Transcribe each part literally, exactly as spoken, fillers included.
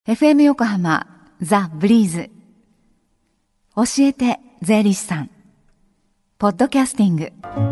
エフエム 横浜ザ・ブリーズ教えて税理士さんポッドキャスティング。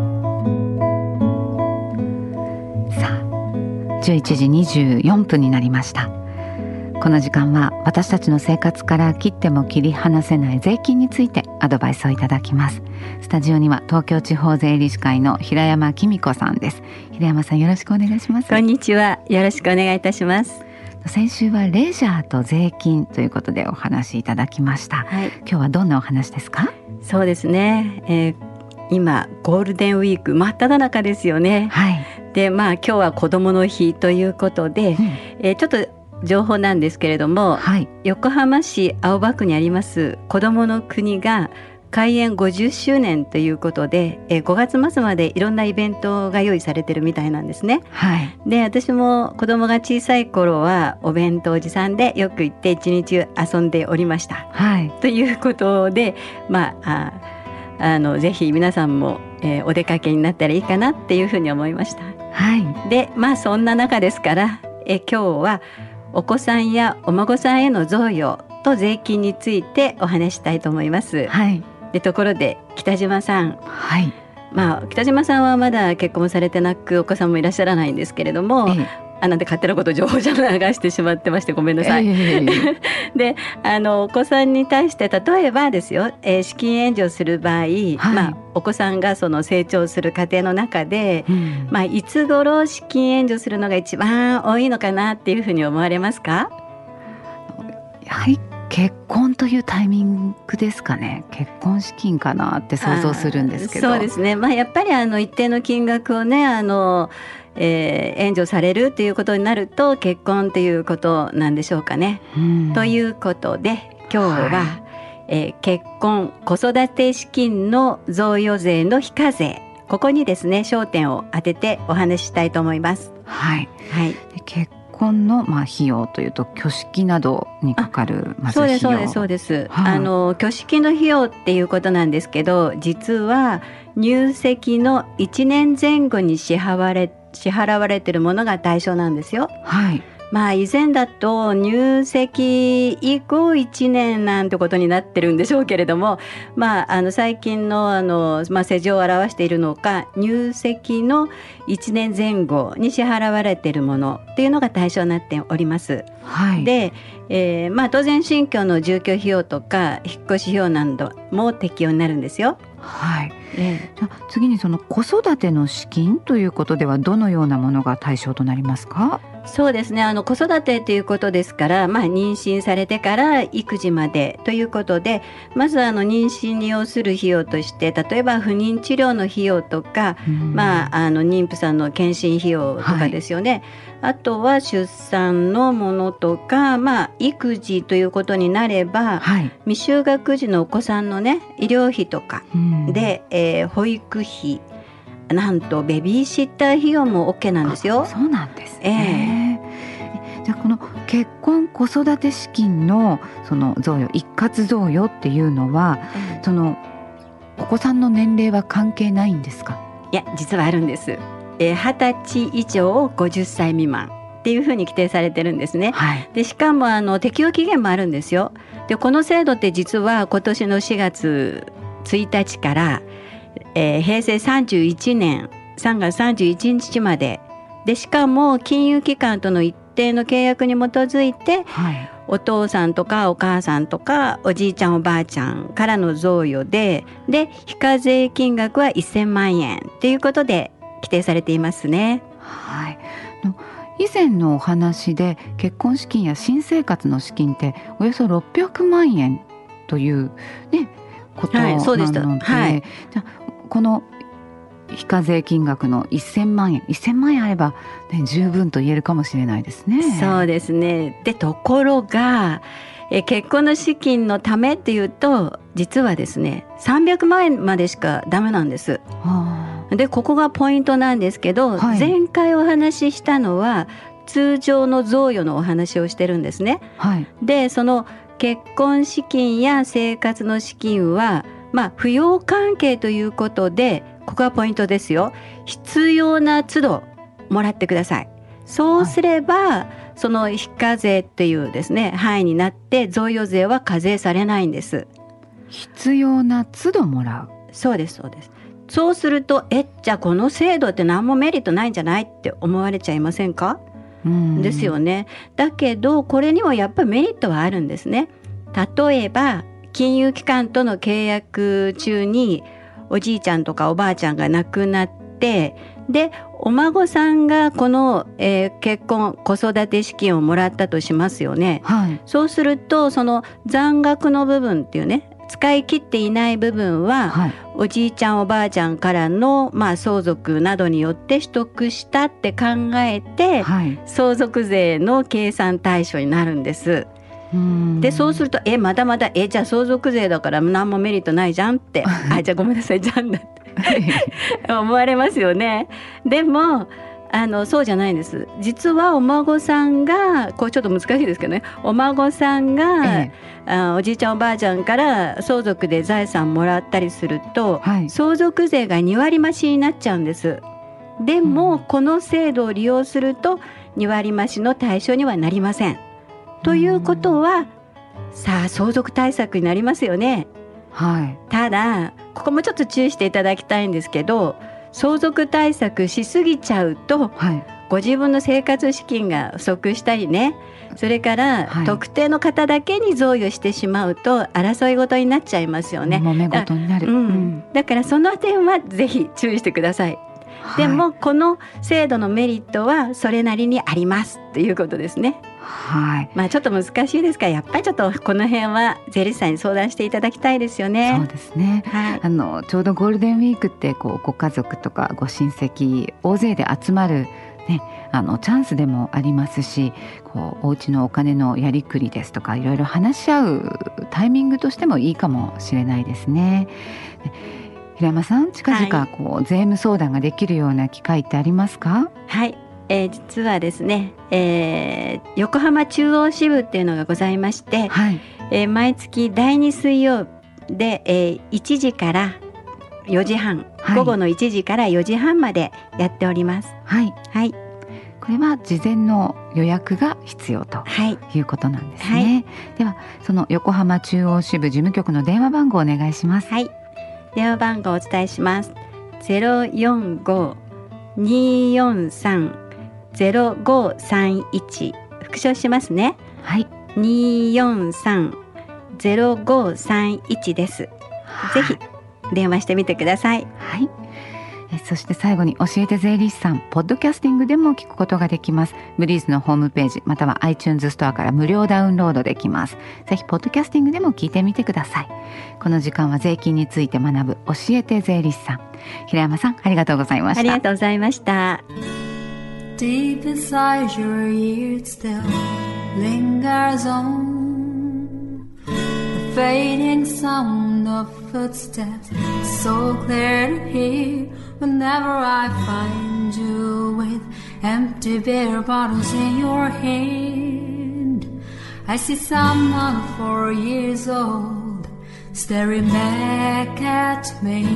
さあじゅういちじにじゅうよんぷんになりました。この時間は私たちの生活から切っても切り離せない税金についてアドバイスをいただきます。スタジオには東京地方税理士会の平山紀美子さんです。平山さん、よろしくお願いします。 こんにちは、よろしくお願いいたします。 先週はレジャーと税金ということでお話しいただきました、はい、今日はどんなお話ですか？ そうですね、えー、今ゴールデンウィーク真っ只中ですよね、はい、でまあ今日は子どもの日ということで、うんえー、ちょっと情報なんですけれども、はい、横浜市青葉区にあります子どもの国が開園ごじゅっしゅうねんということで、えー、ごがつ末までいろんなイベントが用意されてるみたいなんですね、はい、で私も子供が小さい頃はお弁当持参でよく行って一日遊んでおりました、はい、ということで、まあ、ああのぜひ皆さんも、えー、お出かけになったらいいかなっていうふうに思いました、はい、でまあそんな中ですから、えー、今日はお子さんやお孫さんへの贈与と税金についてお話したいと思います、はいでところで北島さん、はいまあ、北島さんはまだ結婚されてなくお子さんもいらっしゃらないんですけれども、ええ、あなんて勝手なこと情報じゃ流してしまってましてごめんなさい、ええ、であのお子さんに対して例えばですよ、えー、資金援助する場合、はいまあ、お子さんがその成長する過程の中で、うんまあ、いつ頃資金援助するのが一番多いのかなっていうふうに思われますか？ やはり結婚というタイミングですかね。結婚資金かなって想像するんですけど。 そうですね、まあ、やっぱりあの一定の金額をねあの、えー、援助されるということになると結婚ということなんでしょうかね。ということで今日は、はいえー、結婚子育て資金の贈与税の非課税、ここにですね焦点を当ててお話ししたいと思います。 はい、はい、で結婚の、まあ、費用というと挙式などにかかるまず費用。 そうですそうですそうです、はい、あの挙式の費用っていうことなんですけど、実は入籍のいちねんぜん後に支払われ支払われているものが対象なんですよ。はいまあ、以前だと入籍以降いちねんなんてことになってるんでしょうけれども、まあ、あの最近の、あの、まあ、世情を表しているのか入籍のいちねんぜん後に支払われているものっていうのが対象になっております、はい、で、えーまあ、当然新居の住居費用とか引っ越し費用なども適用になるんですよ。 はいえー、じゃあ次にその子育ての資金ということではどのようなものが対象となりますか？ そうですね、あの子育てということですから、まあ、妊娠されてから育児までということで、まずあの妊娠に要する費用として例えば不妊治療の費用とか、まあ、あの妊婦さんの検診費用とかですよね、はいあとは出産のものとか、まあ、育児ということになれば、はい、未就学児のお子さんのね医療費とかで、えー、保育費なんとベビーシッター費用も OK なんですよ。 そうなんですね、えー、じゃあこの結婚子育て資金のその贈与一括贈与っていうのは、うん、そのお子さんの年齢は関係ないんですか？ いや実はあるんです。えー、はたち以上ごじゅっさい未満っていうふうに規定されてるんですね、はい、でしかもあの適用期限もあるんですよ。でこの制度って実は今年のしがつついたちから、えー、へいせいさんじゅういちねんさんがつさんじゅういちにちまでで、しかも金融機関との一定の契約に基づいて、はい、お父さんとかお母さんとかおじいちゃんおばあちゃんからの贈与でで非課税金額はせんまんえんということで規定されていますね。 はい、以前のお話で結婚資金や新生活の資金っておよそろっぴゃくまんえんという、ね、ことなので、はい、そうでした、はい、じゃあこの非課税金額のせんまんえんせんまんえんあれば、ね、十分と言えるかもしれないですね。 そうですね。でところがえ結婚の資金のためっていうと実はですねさんびゃくまんえんまでしかダメなんです。はあでここがポイントなんですけど、はい、前回お話ししたのは通常の贈与のお話をしてるんですね、はい、でその結婚資金や生活の資金は、まあ、扶養関係ということでここがポイントですよ。必要な都度もらってください。そうすればその非課税っていうですね範囲になって贈与税は課税されないんです。 必要な都度もらう。 そうですそうです。そうするとえじゃあこの制度って何もメリットないんじゃないって思われちゃいませんか？うんですよね。だけどこれにもやっぱりメリットはあるんですね。例えば金融機関との契約中におじいちゃんとかおばあちゃんが亡くなって、でお孫さんがこの、えー、結婚子育て資金をもらったとしますよね、はい、そうするとその残額の部分っていうね使い切っていない部分は、はい、おじいちゃんおばあちゃんからの、まあ、相続などによって取得したって考えて、はい、相続税の計算対象になるんです。でそうするとえまだまだえじゃあ相続税だから何もメリットないじゃんってあじゃあごめんなさいじゃんだって思われますよね。でもあのそうじゃないんです。実はお孫さんがこうちょっと難しいですけどね、お孫さんが、ええ、あおじいちゃんおばあちゃんから相続で財産もらったりすると、はい、相続税がに割増しになっちゃうんです。でも、うん、この制度を利用するとに割増しの対象にはなりません。ということはさあ相続対策になりますよね、はい、ただここもちょっと注意していただきたいんですけど、相続対策しすぎちゃうと、はい、ご自分の生活資金が不足したりね、それから、はい、特定の方だけに贈与してしまうと争い事になっちゃいますよね。 揉め事になる、 うんうん、だからその点はぜひ注意してください。でもこの制度のメリットはそれなりにありますということですね。はい、まあちょっと難しいですからやっぱりちょっとこの辺は税理士さんに相談していただきたいですよね。 そうですね、はい、あのちょうどゴールデンウィークってこうご家族とかご親戚大勢で集まる、ね、あのチャンスでもありますし、こうお家のお金のやりくりですとかいろいろ話し合うタイミングとしてもいいかもしれないですね。平山さん近々こう、はい、税務相談ができるような機会ってありますか？ はい、えー、実はですね、えー、横浜中央支部っていうのがございまして、はい、えー、毎月だいに水曜で、えー、いちじからよじはん、はい、午後のいちじからよじはんまでやっております。はい、はい、 これは事前の予約が必要ということなんですね、はいはい、ではその横浜中央支部事務局の電話番号をお願いします。 はい、電話番号をお伝えします。 ゼロよんご にーよんさん ゼロごさんいち 復唱しますね。はい、にーよんさん ゼロごさんいちです。ぜひ電話してみてください。 はい、えそして最後に教えて税理士さん、ポッドキャスティングでも聞くことができます。ブリーズのホームページまたは iTunes ストアから無料ダウンロードできます。ぜひポッドキャスティングでも聞いてみてください。この時間は税金について学ぶ教えて税理士さん、平山さんありがとうございました。 ありがとうございました。 Deep inside your ears still lingers on the fading sound of footsteps, so clear to hear whenever I find you with empty beer bottles in your hand. I see someone four years old staring back at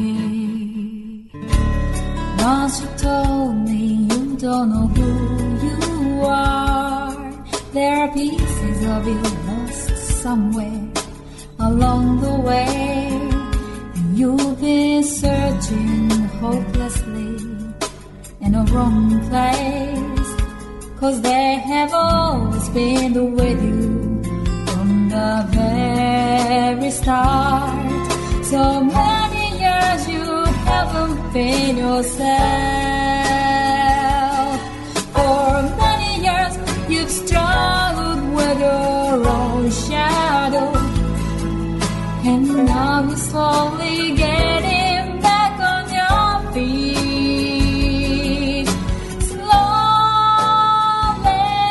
me. Once you told me you don't know who you are. There are pieces of you lost somewhere along the way, and you've been searching hopelessly in a wrong place, 'cause they have always been with you from the very start. So many years you haven't been yourself. For many years you've struggled with your own shadow, and now you're slowly getting back on your feet. Slowly,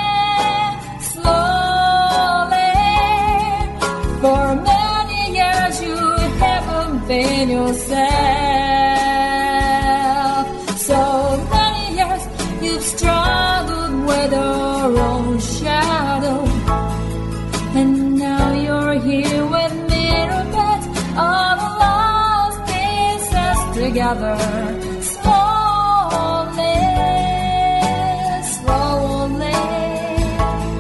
slowly. For many years you haven't been yourself. So many years you've struggled with your own shadow, and now you're here with me, all the lost pieces together. Slowly, slowly.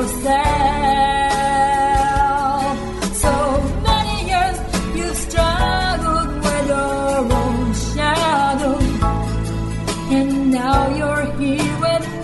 yourself. So many years you've struggled with your own shadow, and now you're here with me.